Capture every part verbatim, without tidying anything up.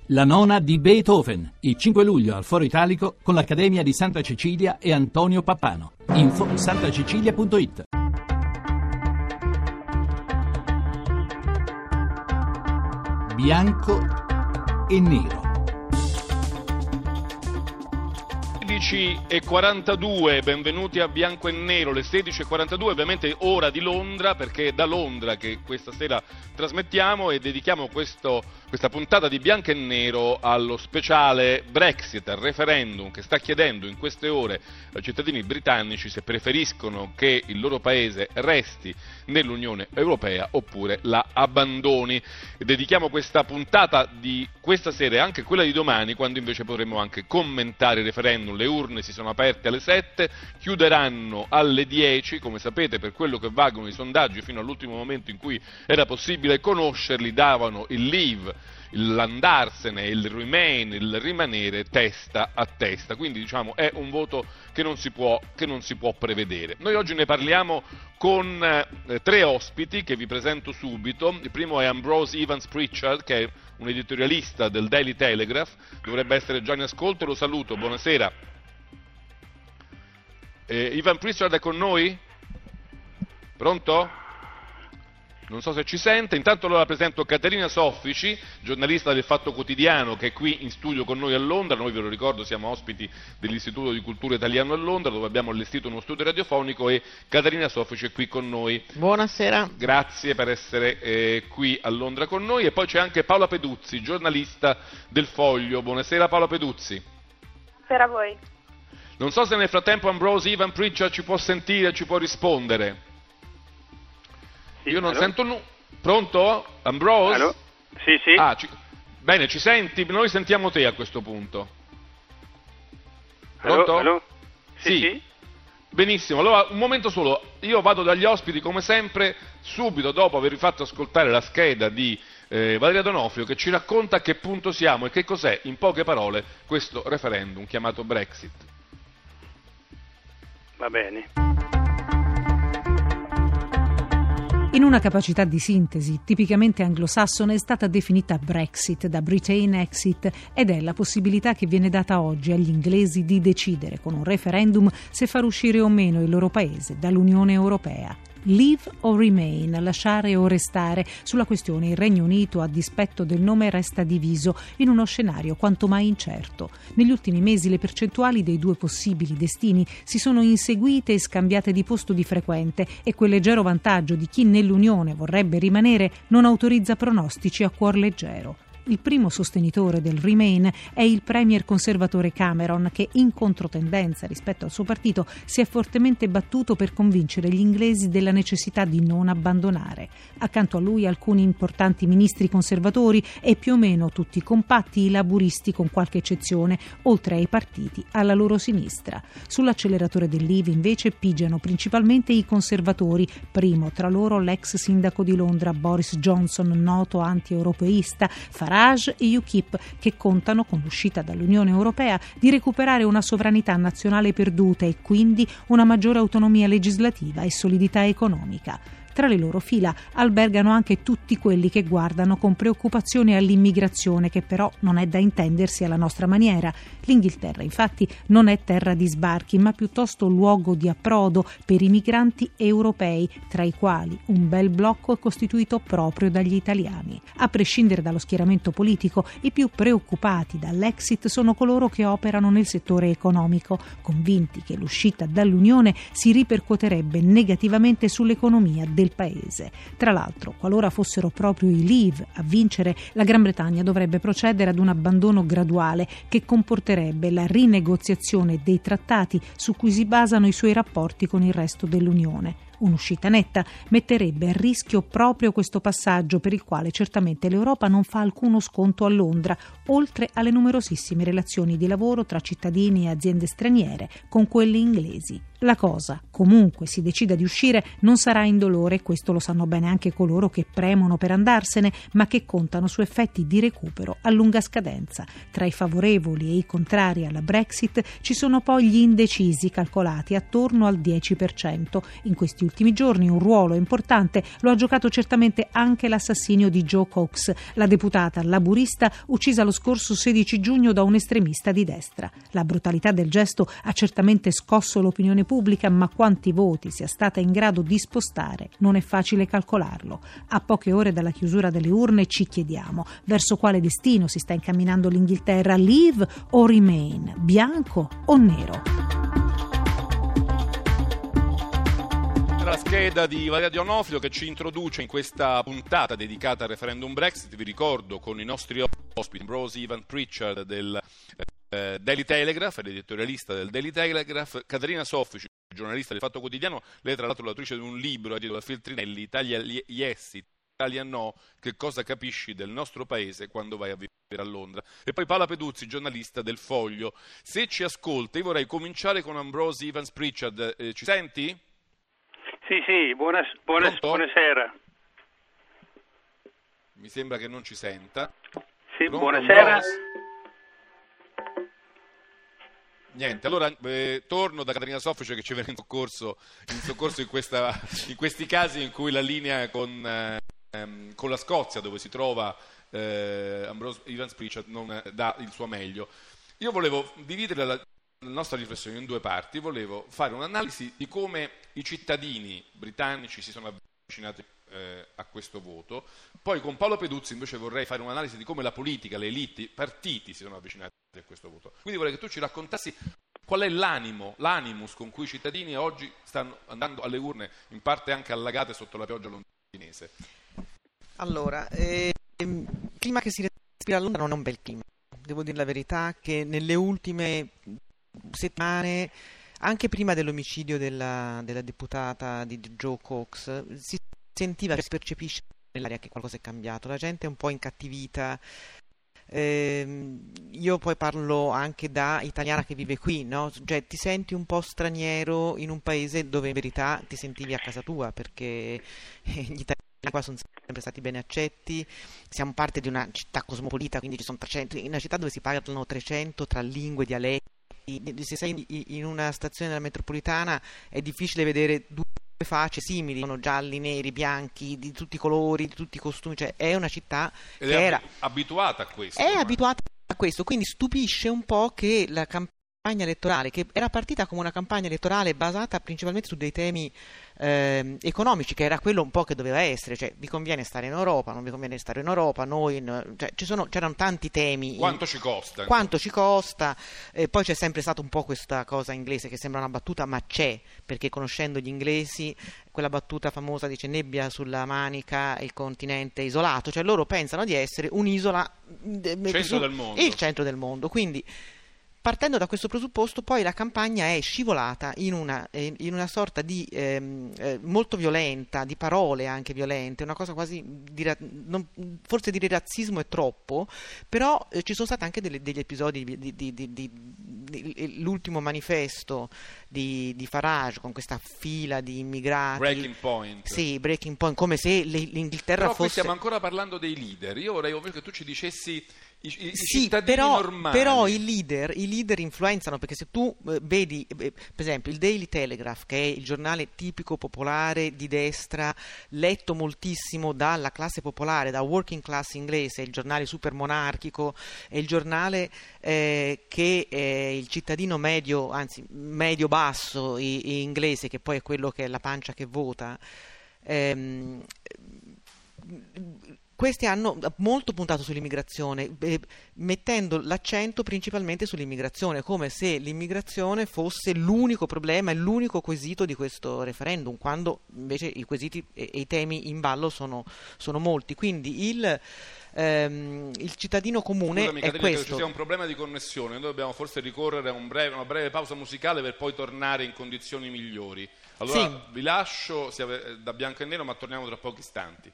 La nona di Beethoven, il cinque luglio al Foro Italico con l'Accademia di Santa Cecilia e Antonio Pappano. Info santacecilia punto it. Bianco e nero. sedici e quarantadue, benvenuti a Bianco e Nero, le sedici e quarantadue, ovviamente ora di Londra, perché è da Londra che questa sera trasmettiamo e dedichiamo questo, questa puntata di Bianco e Nero allo speciale Brexit, al referendum che sta chiedendo in queste ore ai cittadini britannici se preferiscono che il loro paese resti nell'Unione Europea oppure la abbandoni. E dedichiamo questa puntata di questa sera e anche quella di domani, quando invece potremo anche commentare il referendum. Le urne si sono aperte alle sette, chiuderanno alle dieci, come sapete per quello che valgono i sondaggi fino all'ultimo momento in cui era possibile conoscerli davano il leave, l'andarsene, il remain, il rimanere testa a testa, quindi diciamo è un voto che non si può, che non si può prevedere. Noi oggi ne parliamo con eh, tre ospiti che vi presento subito. Il primo è Ambrose Evans Pritchard, che è un editorialista del Daily Telegraph, dovrebbe essere già in ascolto, lo saluto, buonasera. Eh, Evan Pritchard è con noi? Pronto? Non so se ci sente. Intanto allora presento Caterina Soffici, giornalista del Fatto Quotidiano, che è qui in studio con noi a Londra. Noi, ve lo ricordo, siamo ospiti dell'Istituto di Cultura Italiano a Londra, dove abbiamo allestito uno studio radiofonico, e Caterina Soffici è qui con noi. Buonasera. Grazie per essere eh, qui a Londra con noi. E poi c'è anche Paola Peduzzi, giornalista del Foglio. Buonasera Paola Peduzzi. Buonasera a voi. Non so se nel frattempo Ambrose Evan Pritchard ci può sentire, ci può rispondere. Io non Allo? sento nulla. Pronto? Ambrose? Allo? Sì, sì. Ah, ci... Bene, ci senti? Noi sentiamo te a questo punto. Pronto? Allo? Allo? Sì, Sì. sì. Benissimo, allora un momento solo. Io vado dagli ospiti come sempre, subito dopo aver fatto ascoltare la scheda di eh, Valeria Donofrio, che ci racconta a che punto siamo e che cos'è, in poche parole, questo referendum chiamato Brexit. Va bene. In una capacità di sintesi tipicamente anglosassone è stata definita Brexit da Britain Exit, ed è la possibilità che viene data oggi agli inglesi di decidere con un referendum se far uscire o meno il loro paese dall'Unione Europea. Leave or remain, lasciare o restare. Sulla questione il Regno Unito, a dispetto del nome, resta diviso in uno scenario quanto mai incerto. Negli ultimi mesi le percentuali dei due possibili destini si sono inseguite e scambiate di posto di frequente, e quel leggero vantaggio di chi nell'Unione vorrebbe rimanere non autorizza pronostici a cuor leggero. Il primo sostenitore del Remain è il premier conservatore Cameron, che in controtendenza rispetto al suo partito si è fortemente battuto per convincere gli inglesi della necessità di non abbandonare. Accanto a lui alcuni importanti ministri conservatori e più o meno tutti compatti i laburisti, con qualche eccezione, oltre ai partiti alla loro sinistra. Sull'acceleratore del Leave invece pigiano principalmente i conservatori, primo tra loro l'ex sindaco di Londra Boris Johnson, noto anti-europeista, Farage e U K I P, che contano, con l'uscita dall'Unione Europea, di recuperare una sovranità nazionale perduta e quindi una maggiore autonomia legislativa e solidità economica. Tra le loro fila albergano anche tutti quelli che guardano con preoccupazione all'immigrazione, che però non è da intendersi alla nostra maniera. L'Inghilterra, infatti, non è terra di sbarchi, ma piuttosto luogo di approdo per i migranti europei, tra i quali un bel blocco è costituito proprio dagli italiani. A prescindere dallo schieramento politico, i più preoccupati dall'exit sono coloro che operano nel settore economico, convinti che l'uscita dall'Unione si ripercuoterebbe negativamente sull'economia del paese. Tra l'altro, qualora fossero proprio i Leave a vincere, la Gran Bretagna dovrebbe procedere ad un abbandono graduale che comporterebbe la rinegoziazione dei trattati su cui si basano i suoi rapporti con il resto dell'Unione. Un'uscita netta metterebbe a rischio proprio questo passaggio, per il quale certamente l'Europa non fa alcuno sconto a Londra, oltre alle numerosissime relazioni di lavoro tra cittadini e aziende straniere con quelle inglesi. La cosa, comunque si decida di uscire, non sarà indolore, questo lo sanno bene anche coloro che premono per andarsene, ma che contano su effetti di recupero a lunga scadenza. Tra i favorevoli e i contrari alla Brexit ci sono poi gli indecisi, calcolati attorno al dieci per cento. In questi ultimi giorni un ruolo importante lo ha giocato certamente anche l'assassinio di Jo Cox, la deputata laburista uccisa lo scorso sedici giugno da un estremista di destra. La brutalità del gesto ha certamente scosso l'opinione pubblica, ma quanti voti sia stata in grado di spostare non è facile calcolarlo. A poche ore dalla chiusura delle urne ci chiediamo verso quale destino si sta incamminando l'Inghilterra, leave o remain, bianco o nero. La scheda di Valeria D'Onofrio che ci introduce in questa puntata dedicata al referendum Brexit. Vi ricordo con i nostri ospiti Ambrose Ivan Pritchard del eh, Daily Telegraph, l'editorialista del Daily Telegraph, Caterina Soffici, giornalista del Fatto Quotidiano. Lei tra l'altro è l'autrice di un libro edito da Feltrinelli, Italia yes, Italia no, che cosa capisci del nostro paese quando vai a vivere a Londra. E poi Paola Peduzzi, giornalista del Foglio. Se ci ascolta, io vorrei cominciare con Ambrose Ivan Pritchard. Eh, ci senti? Sì, sì, buonas- buonas- buonasera. Mi sembra che non ci senta. Sì, Pronto, buonasera. Ambrose? Niente, allora eh, torno da Caterina Soffice che ci viene in soccorso in, soccorso in, questa, in questi casi in cui la linea con, eh, con la Scozia, dove si trova eh, Ambrose Ivan Pritchard, non eh, dà il suo meglio. Io volevo dividere la la nostra riflessione in due parti. Volevo fare un'analisi di come i cittadini britannici si sono avvicinati eh, a questo voto. Poi con Paolo Peduzzi invece vorrei fare un'analisi di come la politica, le elite, i partiti si sono avvicinati a questo voto. Quindi vorrei che tu ci raccontassi qual è l'animo, l'animus con cui i cittadini oggi stanno andando alle urne, in parte anche allagate sotto la pioggia londinese. Allora, eh, il clima che si respira a Londra non è un bel clima. Devo dire la verità che nelle ultime settimane, anche prima dell'omicidio della, della deputata di Jo Cox, si sentiva, si percepisce nell'aria che qualcosa è cambiato, la gente è un po' incattivita. Eh, io poi parlo anche da italiana che vive qui, no? Cioè, ti senti un po' straniero in un paese dove in verità ti sentivi a casa tua, perché gli italiani qua sono sempre stati bene accetti, siamo parte di una città cosmopolita, quindi ci sono trecento, in una città dove si parlano trecento tra lingue, dialetti. Se sei in una stazione della metropolitana è difficile vedere due facce simili, sono gialli, neri, bianchi, di tutti i colori, di tutti i costumi, cioè è una città Ed che è era abituata a questo. È ma... abituata a questo, quindi stupisce un po' che la campagna elettorale, che era partita come una campagna elettorale basata principalmente su dei temi eh, economici, che era quello un po' che doveva essere, cioè vi conviene stare in Europa, non vi conviene stare in Europa, noi, in, cioè, ci sono, c'erano tanti temi. Quanto in, ci costa? Quanto ci costa, eh, poi c'è sempre stata un po' questa cosa inglese che sembra una battuta, ma c'è, perché conoscendo gli inglesi, quella battuta famosa dice nebbia sulla Manica, il continente isolato, cioè loro pensano di essere un'isola, centro del mondo. il centro del mondo, quindi partendo da questo presupposto, poi la campagna è scivolata in una, in una sorta di ehm, eh, molto violenta, di parole anche violente, una cosa quasi di, non, forse dire razzismo è troppo, però eh, ci sono stati anche delle, degli episodi di, di, di, di, di, di l'ultimo manifesto di, di Farage con questa fila di immigrati. Breaking point. Sì, breaking point, come se l'Inghilterra però fosse... qui stiamo ancora parlando dei leader. Io vorrei che tu ci dicessi i, i, i sì, cittadini però, normali. però i leader, i leader influenzano, perché se tu eh, vedi, eh, per esempio, il Daily Telegraph, che è il giornale tipico popolare di destra, letto moltissimo dalla classe popolare, da working class inglese, è il giornale super monarchico, è il giornale eh, che è il cittadino medio, anzi medio-basso i, i inglese, che poi è quello che è la pancia che vota. Ehm, Questi hanno molto puntato sull'immigrazione, eh, mettendo l'accento principalmente sull'immigrazione, come se l'immigrazione fosse l'unico problema e l'unico quesito di questo referendum, quando invece i quesiti e, e i temi in ballo sono, sono molti. Quindi il, ehm, il cittadino comune Scusami, è Caterina, questo. che ci sia un problema di connessione, noi dobbiamo forse ricorrere a un breve, una breve pausa musicale per poi tornare in condizioni migliori. Allora Sì. vi lascio da bianco e nero, ma torniamo tra pochi istanti.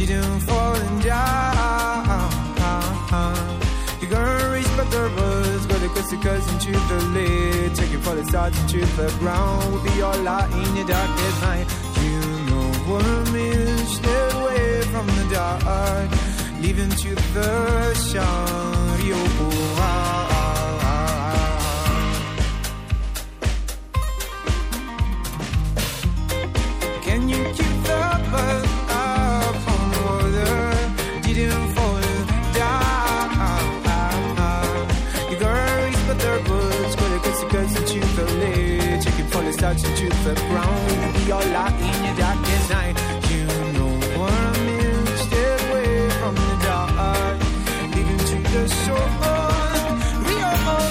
didn't fall and die. You're gonna reach but the buzz, go to kiss your cousin to the lid, take your father's thoughts into the ground, will be all out in your darkest night. You know what I mean, stay away from the dark, leaving to the sun. Yo, ah, ah, ah. Can you keep the buzz up on the water? Didn't fall and die. You're gonna reach but the buzz, go to kiss your cousin to the lid, take your father's thoughts into the ground, will be all out in your darkest night. You know what I mean, stay away from the dark, leaving to the shore. We all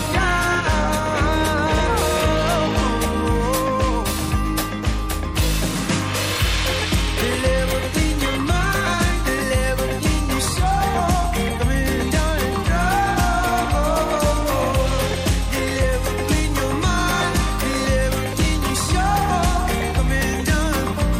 the level in your mind, the level in your soul, coming down and drop. The level in your mind, the level in your soul, coming down and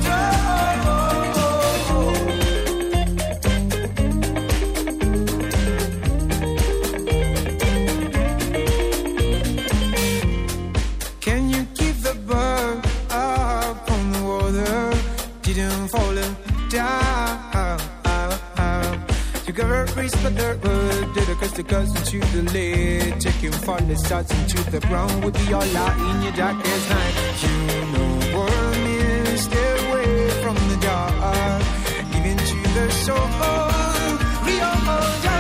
drop. Can you keep the bird up on the water? Didn't fall and die. You gotta reach but the bird, did a kiss the cousin to the lid, taking falling starts into the ground, would be all out in your darkest night. You know what I mean, stay away from the dark, leaving to the shore. We all die.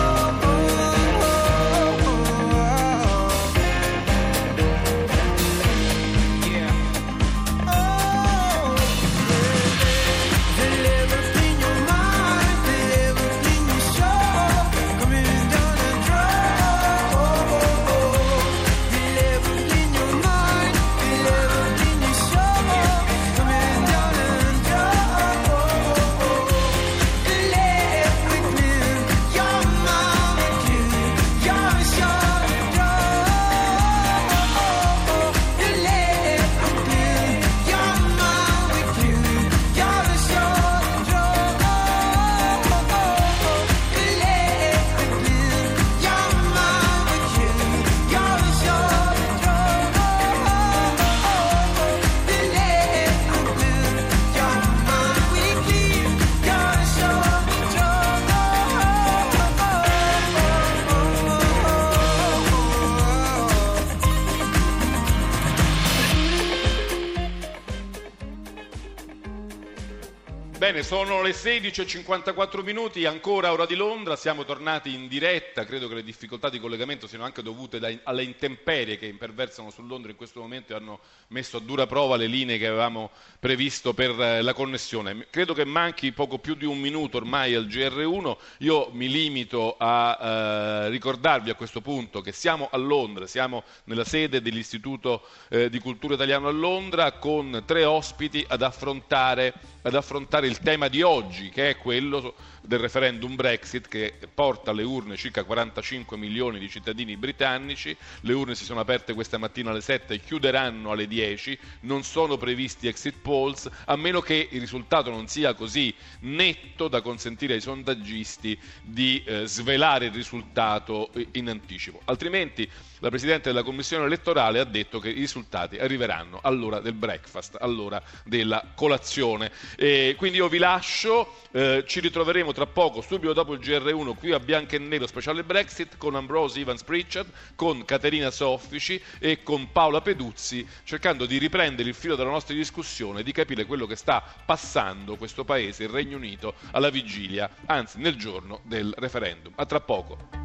Bene, sono le sedici e cinquantaquattro minuti, ancora ora di Londra, siamo tornati in diretta, credo che le difficoltà di collegamento siano anche dovute da, alle intemperie che imperversano su Londra in questo momento e hanno messo a dura prova le linee che avevamo previsto per la connessione. Credo che manchi poco più di un minuto ormai al G R uno, io mi limito a eh, ricordarvi a questo punto che siamo a Londra, siamo nella sede dell'Istituto eh, di Cultura Italiano a Londra con tre ospiti ad affrontare, ad affrontare il tema di oggi, che è quello del referendum Brexit, che porta alle urne circa quarantacinque milioni di cittadini britannici. Le urne si sono aperte questa mattina alle sette e chiuderanno alle dieci, non sono previsti exit polls, a meno che il risultato non sia così netto da consentire ai sondaggisti di eh, svelare il risultato in anticipo. Altrimenti la Presidente della Commissione elettorale ha detto che i risultati arriveranno all'ora del breakfast, all'ora della colazione. E quindi io vi lascio, eh, ci ritroveremo tra poco, subito dopo il G R uno, qui a Bianco e Nero speciale Brexit, con Ambrose Evans Pritchard, con Caterina Soffici e con Paola Peduzzi, cercando di riprendere il filo della nostra discussione, di capire quello che sta passando questo paese, il Regno Unito, alla vigilia, anzi nel giorno del referendum. A tra poco.